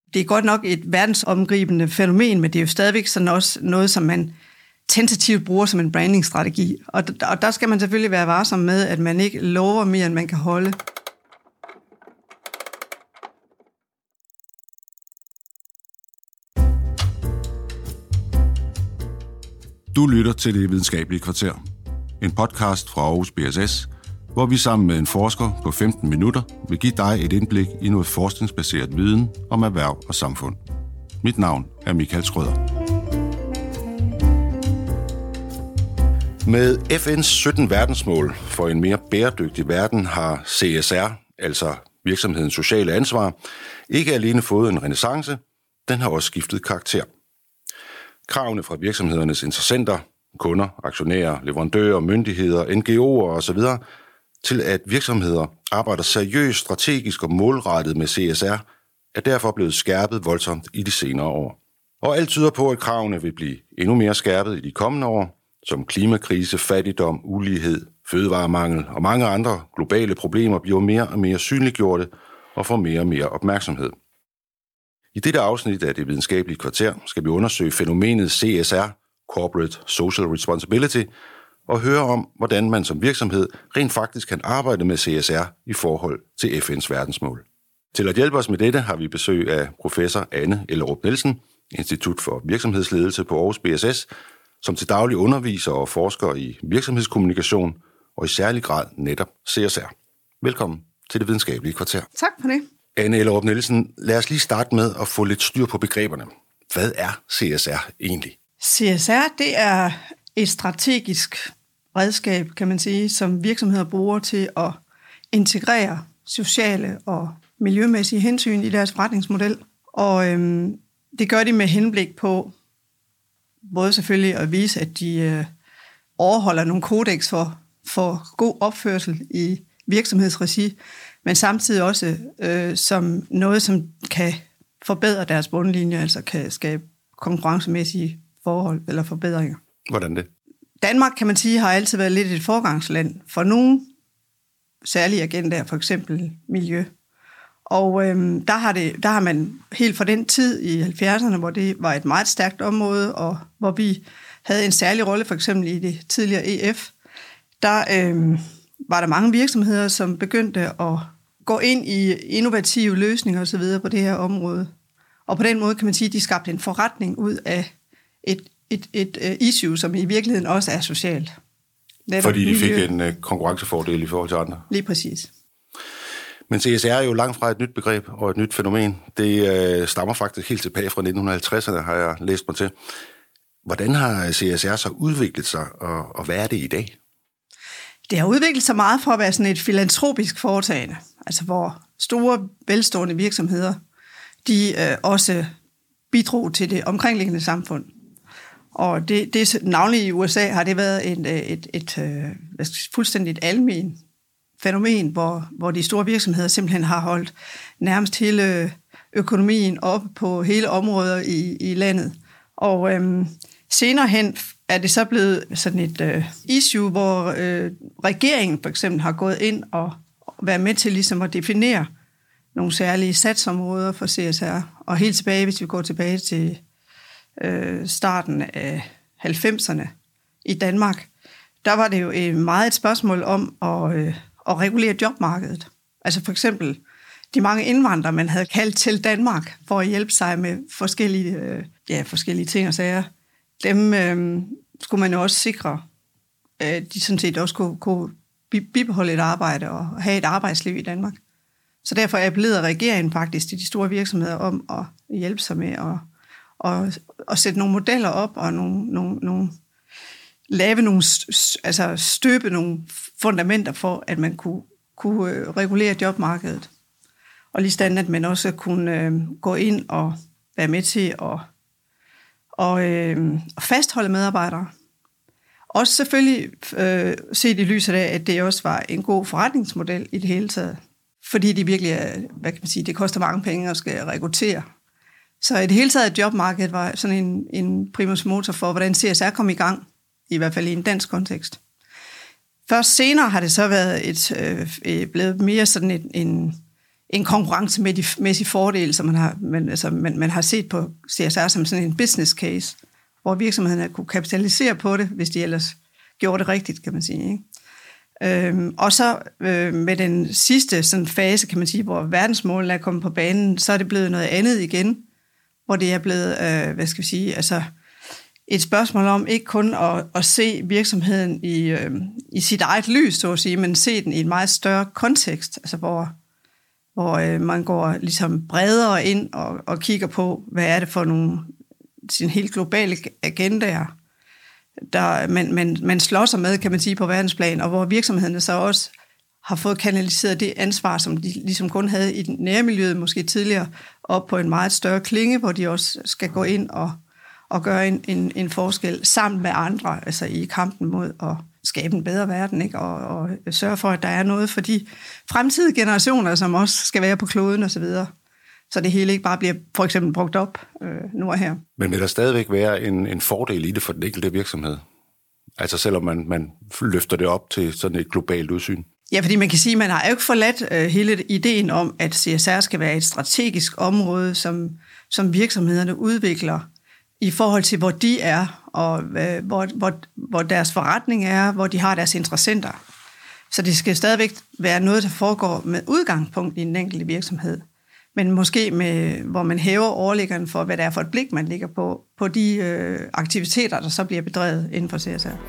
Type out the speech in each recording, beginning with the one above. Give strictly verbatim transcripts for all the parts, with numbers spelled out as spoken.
Det er godt nok et verdensomgribende fænomen, men det er jo stadigvæk sådan også noget, som man tentativt bruger som en brandingstrategi. Og, og der skal man selvfølgelig være varsom med, at man ikke lover mere, end man kan holde. Du lytter til Det Videnskabelige Kvarter, en podcast fra Aarhus B S S, hvor vi sammen med en forsker på femten minutter vil give dig et indblik i noget forskningsbaseret viden om erhverv og samfund. Mit navn er Michael Schrøder. Med F N's sytten verdensmål for en mere bæredygtig verden har C S R, altså virksomhedens sociale ansvar, ikke alene fået en renæssance, den har også skiftet karakter. Kravene fra virksomhedernes interessenter, kunder, aktionærer, leverandører, myndigheder, N G O'er osv., til at virksomheder arbejder seriøst, strategisk og målrettet med C S R, er derfor blevet skærpet voldsomt i de senere år. Og alt tyder på, at kravene vil blive endnu mere skærpet i de kommende år, som klimakrise, fattigdom, ulighed, fødevaremangel og mange andre globale problemer bliver mere og mere synliggjorte og får mere og mere opmærksomhed. I dette afsnit af Det Videnskabelige Kvarter skal vi undersøge fænomenet C S R, Corporate Social Responsibility, og høre om, hvordan man som virksomhed rent faktisk kan arbejde med C S R i forhold til F N's verdensmål. Til at hjælpe os med dette har vi besøg af professor Anne Ellerup Nielsen, Institut for Virksomhedsledelse på Aarhus B S S, som til daglig underviser og forsker i virksomhedskommunikation og i særlig grad netop C S R. Velkommen til Det Videnskabelige Kvarter. Tak for det. Anne Ellerup Nielsen, lad os lige starte med at få lidt styr på begreberne. Hvad er C S R egentlig? C S R, det er et strategisk redskab, kan man sige, som virksomheder bruger til at integrere sociale og miljømæssige hensyn i deres forretningsmodel. Og øhm, det gør de med henblik på både selvfølgelig at vise, at de øh, overholder nogle kodeks for, for god opførsel i virksomhedsregi, men samtidig også øh, som noget, som kan forbedre deres bundlinje, altså kan skabe konkurrencemæssige forhold eller forbedringer. Hvordan det? Danmark, kan man sige, har altid været lidt et forgangsland for nogle særlige agendaer, for eksempel miljø. Og øhm, der, har det, der har man helt fra den tid i halvfjerdserne, hvor det var et meget stærkt område, og hvor vi havde en særlig rolle, for eksempel i det tidligere E F, der øhm, var der mange virksomheder, som begyndte at gå ind i innovative løsninger osv. på det her område. Og på den måde kan man sige, at de skabte en forretning ud af et, et, et, et issue, som i virkeligheden også er socialt. Netop Fordi de fik miljø. en uh, konkurrencefordel i forhold til andre. Lige præcis. Men C S R er jo langt fra et nyt begreb og et nyt fænomen. Det uh, stammer faktisk helt tilbage fra nitten halvtredserne, har jeg læst mig til. Hvordan har C S R så udviklet sig, og, og hvad er det i dag? Det har udviklet sig meget for at være sådan et filantropisk foretagende, altså hvor store, velstående virksomheder, de øh, også bidrog til det omkringliggende samfund. Og det, det navnlig i U S A har det været et, et, et, et fuldstændigt almen fænomen, hvor, hvor de store virksomheder simpelthen har holdt nærmest hele økonomien op på hele områder i, i landet. Og øhm, senere hen er det så blevet sådan et øh, issue, hvor øh, regeringen for eksempel har gået ind og været med til ligesom at definere nogle særlige satsområder for C S R. Og helt tilbage, hvis vi går tilbage til øh, starten af halvfemserne i Danmark, der var det jo et meget et spørgsmål om at, øh, at regulere jobmarkedet. Altså for eksempel de mange indvandrere, man havde kaldt til Danmark for at hjælpe sig med forskellige, øh, ja, forskellige ting og sager. Dem øh, skulle man jo også sikre, at de sådan set også kunne, kunne bibeholde et arbejde og have et arbejdsliv i Danmark. Så derfor appellerede regeringen faktisk til de store virksomheder om at hjælpe sig med at, at, at sætte nogle modeller op og nogle, nogle, nogle, lave nogle, altså støbe nogle fundamenter for, at man kunne, kunne regulere jobmarkedet. Og lige sådan, at man også kunne øh, gå ind og være med til at og, øh, at fastholde medarbejdere. Også selvfølgelig øh, set i lyset af, at det også var en god forretningsmodel i det hele taget. Fordi det virkelig er, hvad kan man sige, det koster mange penge at skal rekruttere. Så i det hele taget, jobmarkedet var sådan en, en primus motor for, hvordan C S R kom i gang, i hvert fald i en dansk kontekst. Først senere har det så været et, øh, blevet mere sådan et, en, en konkurrencemæssig fordel, som man har, man, altså, man, man har set på C S R som sådan en business case, hvor virksomhederne kunne kapitalisere på det, hvis de ellers gjorde det rigtigt, kan man sige. Ikke? Øhm, og så øh, med den sidste sådan fase, kan man sige, hvor verdensmålene er kommet på banen, så er det blevet noget andet igen, hvor det er blevet, øh, hvad skal vi sige, altså et spørgsmål om ikke kun at, at se virksomheden i, øh, i sit eget lys, så at sige, men se den i en meget større kontekst, altså hvor, hvor øh, man går ligesom bredere ind og, og kigger på, hvad er det for nogle sin helt globale agendaer, der man, man, man slår sig med, kan man sige, på verdensplan, og hvor virksomhederne så også har fået kanaliseret det ansvar, som de ligesom kun havde i nærmiljøet, måske tidligere, op på en meget større klinge, hvor de også skal gå ind og, og gøre en, en, en forskel sammen med andre, altså i kampen mod at skabe en bedre verden, ikke? Og, og sørge for, at der er noget for de fremtidige generationer, som også skal være på kloden osv., så, så det hele ikke bare bliver for eksempel brugt op øh, nu og her. Men vil der stadigvæk være en, en fordel i det for den enkelte virksomhed? Altså selvom man, man løfter det op til sådan et globalt udsyn? Ja, fordi man kan sige, at man har jo ikke forladt øh, hele ideen om, at C S R skal være et strategisk område, som, som virksomhederne udvikler i forhold til, hvor de er, og øh, hvor, hvor, hvor deres forretning er, hvor de har deres interessenter. Så det skal stadigvæk være noget, der foregår med udgangspunkt i en enkelt virksomhed. Men måske med, hvor man hæver overliggeren for, hvad det er for et blik, man ligger på, på de øh, aktiviteter, der så bliver bedrevet inden for C S R.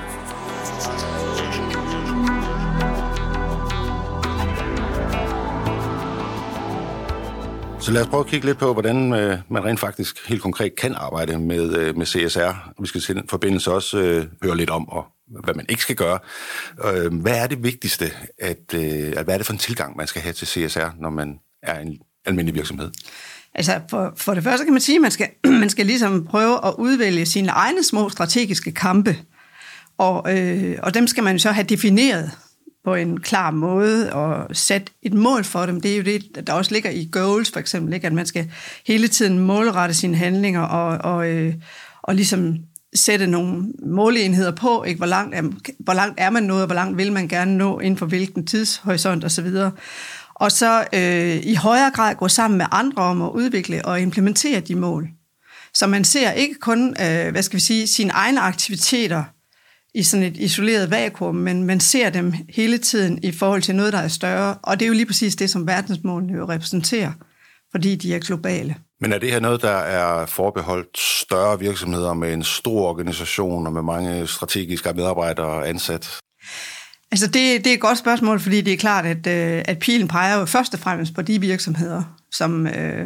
Så lad os prøve at kigge lidt på, hvordan øh, man rent faktisk helt konkret kan arbejde med, øh, med C S R. Vi skal i den forbindelse også øh, høre lidt om, og hvad man ikke skal gøre. Øh, hvad er det vigtigste, at, øh, at hvad er det for en tilgang, man skal have til C S R, når man er en almindelig virksomhed? Altså for, for det første kan man sige, at man skal, man skal ligesom prøve at udvælge sine egne små strategiske kampe, og, øh, og dem skal man så have defineret på en klar måde og sat et mål for dem. Det er jo det, der også ligger i goals for eksempel, ikke? At man skal hele tiden målrette sine handlinger og, og, øh, og ligesom sætte nogle måleenheder på, ikke? Hvor langt er, hvor langt er man nået, og hvor langt vil man gerne nå inden for hvilken tidshorisont osv. Og så øh, i højere grad gå sammen med andre om at udvikle og implementere de mål. Så man ser ikke kun, øh, hvad skal vi sige, sine egne aktiviteter i sådan et isoleret vakuum, men man ser dem hele tiden i forhold til noget, der er større. Og det er jo lige præcis det, som verdensmålene jo repræsenterer, fordi de er globale. Men er det her noget, der er forbeholdt større virksomheder med en stor organisation og med mange strategiske medarbejdere ansat? Altså det, det er et godt spørgsmål, fordi det er klart, at, at pilen peger jo først og fremmest på de virksomheder, som,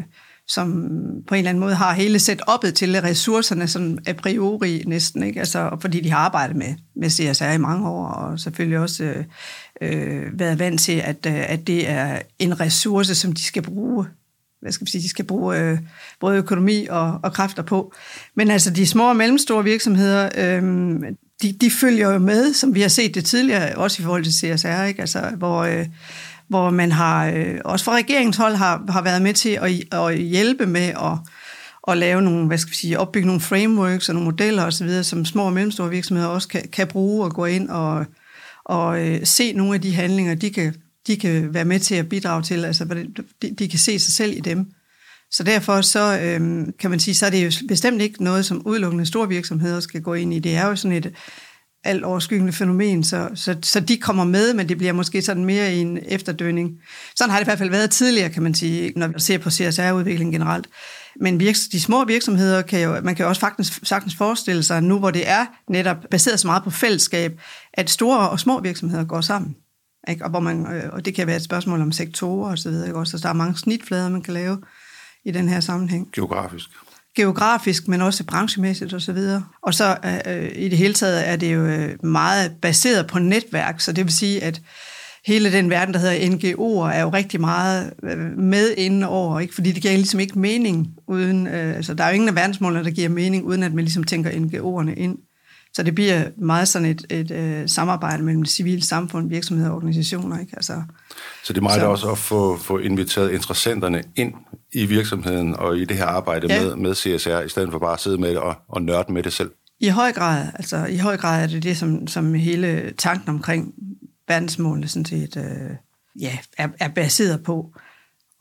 som på en eller anden måde har hele setup'et til ressourcerne sådan a priori næsten, ikke? Altså, fordi de har arbejdet med, med C S R i mange år, og selvfølgelig også øh, øh, været vant til, at, at det er en ressource, som de skal bruge. Hvad skal vi sige, de skal bruge øh, både økonomi og, og kræfter på. Men altså de små og mellemstore virksomheder, øh, de, de følger jo med, som vi har set det tidligere, også i forhold til C S R, ikke? Altså, hvor, øh, hvor man har, øh, også fra regeringens hold, har, har været med til at, at hjælpe med at, at lave nogle, hvad skal vi sige, opbygge nogle frameworks og nogle modeller osv., som små og mellemstore virksomheder også kan, kan bruge og gå ind og, og øh, se nogle af de handlinger, de kan de kan være med til at bidrage til, altså de, de kan se sig selv i dem. Så derfor så øhm, kan man sige, så er det jo bestemt ikke noget, som udelukkende store virksomheder skal gå ind i. Det er jo sådan et alt overskyggende fænomen, så, så, så de kommer med, men det bliver måske sådan mere i en efterdønning. Sådan har det i hvert fald været tidligere, kan man sige, når vi ser på C S R-udviklingen generelt. Men virks, de små virksomheder, kan jo, man kan jo også faktisk, sagtens forestille sig, nu hvor det er netop baseret så meget på fællesskab, at store og små virksomheder går sammen. Ikke? Og, hvor man, og det kan være et spørgsmål om sektorer og så videre, ikke? Også, så der er mange snitflader, man kan lave i den her sammenhæng. Geografisk. Geografisk, men også branchemæssigt og så videre. Og så øh, i det hele taget er det jo meget baseret på netværk, så det vil sige, at hele den verden, der hedder N G O'er, er jo rigtig meget med inden over, ikke? Fordi det giver ligesom ikke mening uden, øh, altså der er jo ingen af verdensmålene, der giver mening, uden at man ligesom tænker N G O'erne ind. Så det bliver meget sådan et, et, et samarbejde mellem det civile samfund, virksomheder og organisationer, ikke? Altså, så det er meget så, også at få, få inviteret interessenterne ind i virksomheden og i det her arbejde ja. med, med C S R, i stedet for bare at sidde med det og, og nørde med det selv? I høj grad. Altså i høj grad er det det, som, som hele tanken omkring verdensmålene sådan set, øh, ja, er, er baseret på.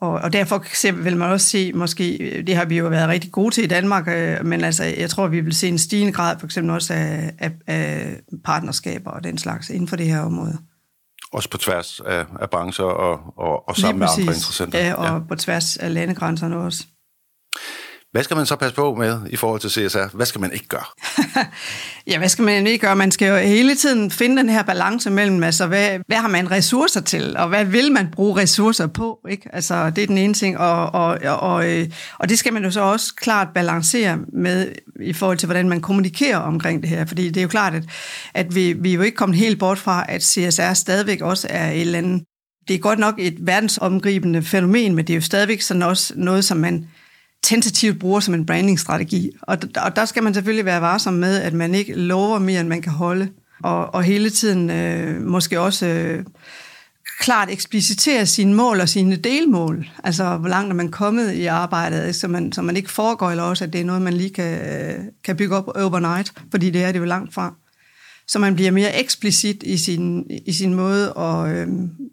Og, og derfor vil man også se, måske, det har vi jo været rigtig gode til i Danmark, øh, men altså, jeg tror, vi vil se en stigende grad, for eksempel også af, af, af partnerskaber og den slags inden for det her område. Også på tværs af, af brancher og, og, og sammen med andre interessenter. Ja, og ja. På tværs af landegrænserne også. Hvad skal man så passe på med i forhold til C S R? Hvad skal man ikke gøre? Ja, hvad skal man ikke gøre? Man skal jo hele tiden finde den her balance mellem, altså, hvad, hvad har man ressourcer til, og hvad vil man bruge ressourcer på? Ikke? Altså, det er den ene ting, og, og, og, og det skal man jo så også klart balancere med i forhold til, hvordan man kommunikerer omkring det her. Fordi det er jo klart, at, at vi, vi er jo ikke kommet helt bort fra, at C S R stadigvæk også er et eller andet. Det er godt nok et verdensomgribende fænomen, men det er jo stadigvæk sådan også noget, som man tentativt bruger som en brandingstrategi. Og, og der skal man selvfølgelig være varsom med, at man ikke lover mere, end man kan holde. Og, og hele tiden øh, måske også øh, klart eksplicitere sine mål og sine delmål. Altså, hvor langt er man kommet i arbejdet, så man, så man ikke foregøjler også, at det er noget, man lige kan, kan bygge op overnight, fordi det er det jo langt fra. Så man bliver mere eksplicit i sin, i sin måde at, øh,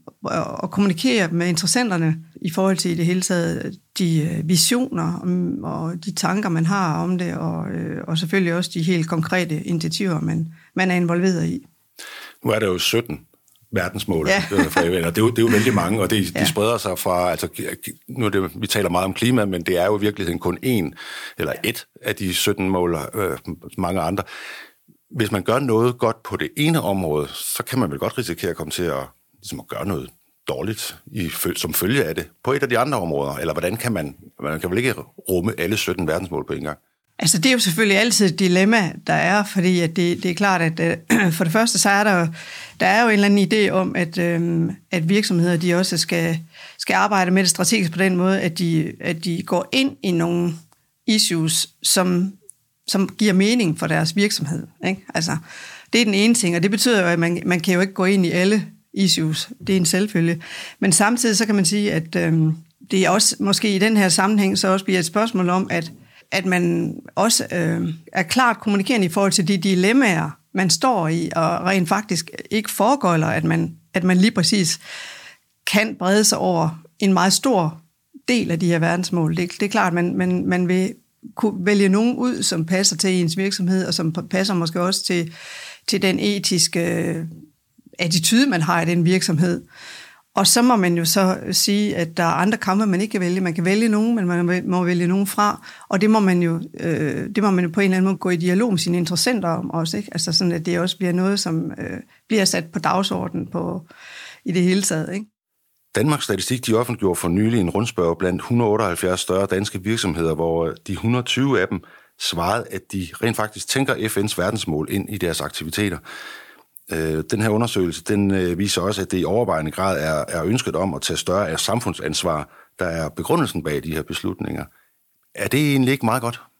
at kommunikere med interessenterne i forhold til i det hele taget de visioner og de tanker, man har om det, og, og selvfølgelig også de helt konkrete initiativer, man, man er involveret i. Nu er der jo sytten verdensmål ja. for det, er jo, det er jo vældig mange, og det, ja. de spreder sig fra, altså nu er det, vi taler meget om klima, men det er jo i virkeligheden kun én, eller ja. et af de sytten mål, øh, mange andre. Hvis man gør noget godt på det ene område, så kan man vel godt risikere at komme til at, ligesom at gøre noget dårligt i, som følge af det på et af de andre områder? Eller hvordan kan man, man kan vel ikke rumme alle sytten verdensmål på en gang? Altså det er jo selvfølgelig altid et dilemma, der er, fordi at det, det er klart, at øh, for det første så er der jo, der er jo en eller anden idé om, at, øh, at virksomheder de også skal, skal arbejde med det strategisk på den måde, at de, at de går ind i nogle issues, som som giver mening for deres virksomhed. Ikke? Altså, det er den ene ting, og det betyder jo, at man, man kan jo ikke gå ind i alle issues. Det er en selvfølge. Men samtidig så kan man sige, at øhm, det er også måske i den her sammenhæng så også bliver et spørgsmål om, at, at man også øh, er klart kommunikerende i forhold til de dilemmaer, man står i, og rent faktisk ikke foregøjler, at man, at man lige præcis kan brede sig over en meget stor del af de her verdensmål. Det, det er klart, at man, man, man vil kunne vælge nogen ud, som passer til ens virksomhed, og som passer måske også til, til den etiske attitude, man har i den virksomhed. Og så må man jo så sige, at der er andre kampe, man ikke kan vælge. Man kan vælge nogen, men man må vælge nogen fra, og det må man jo, øh, det må man jo på en eller anden måde gå i dialog med sine interessenter om også, ikke? Altså sådan, at det også bliver noget, som øh, bliver sat på dagsordenen på, i det hele taget, ikke? Danmarks Statistik de offentliggjorde for nylig en rundspørge blandt et hundrede og otteoghalvfjerds større danske virksomheder, hvor de et hundrede og tyve af dem svarede, at de rent faktisk tænker F N's verdensmål ind i deres aktiviteter. Den her undersøgelse den viser også, at det i overvejende grad er, er ønsket om at tage større af samfundsansvar, der er begrundelsen bag de her beslutninger. Er det egentlig ikke meget godt?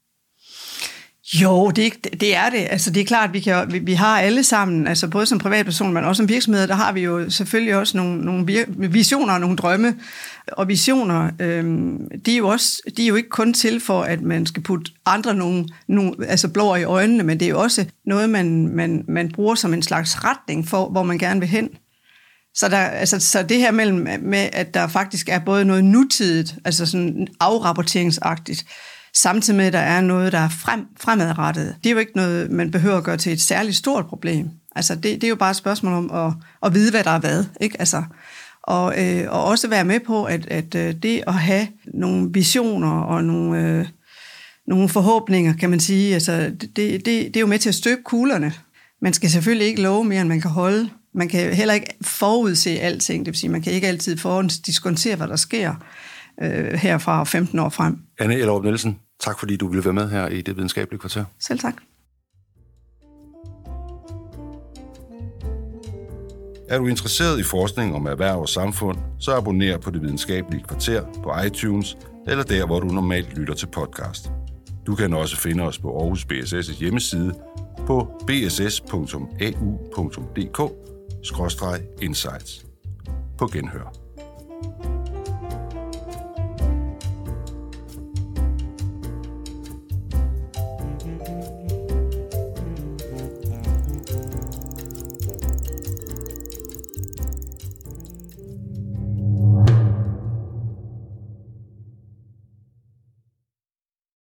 Jo, det, det er det. Altså, det er klart, at vi, kan, vi, vi har alle sammen, altså både som privatpersoner, men også som virksomheder, der har vi jo selvfølgelig også nogle, nogle visioner og nogle drømme. Og visioner, øhm, de, er jo også, de er jo ikke kun til for, at man skal putte andre nogle, nogle altså blår i øjnene, men det er jo også noget, man, man, man bruger som en slags retning for, hvor man gerne vil hen. Så, der, altså, så det her mellem, med, at der faktisk er både noget nutidigt, altså sådan afrapporteringsagtigt, samtidig med, at der er noget, der er frem, fremadrettet. Det er jo ikke noget, man behøver at gøre til et særligt stort problem. Altså, det, det er jo bare et spørgsmål om at, at vide, hvad der er hvad, ikke? Altså, og, øh, og også være med på, at, at det at have nogle visioner og nogle, øh, nogle forhåbninger, kan man sige, altså, det, det, det er jo med til at støbe kuglerne. Man skal selvfølgelig ikke love mere, end man kan holde. Man kan heller ikke forudse alting, det vil sige, man kan ikke altid forhåndsdiskontere, hvad der sker øh, herfra femten år frem. Anne Ellerup Nielsen, tak fordi du ville være med her i Det Videnskabelige Kvarter. Selv tak. Er du interesseret i forskning om erhverv og samfund, så abonner på Det Videnskabelige Kvarter på iTunes eller der, hvor du normalt lytter til podcast. Du kan også finde os på Aarhus B S S' hjemmeside på b s s punktum a u punktum d k skråstreg insights. På genhør.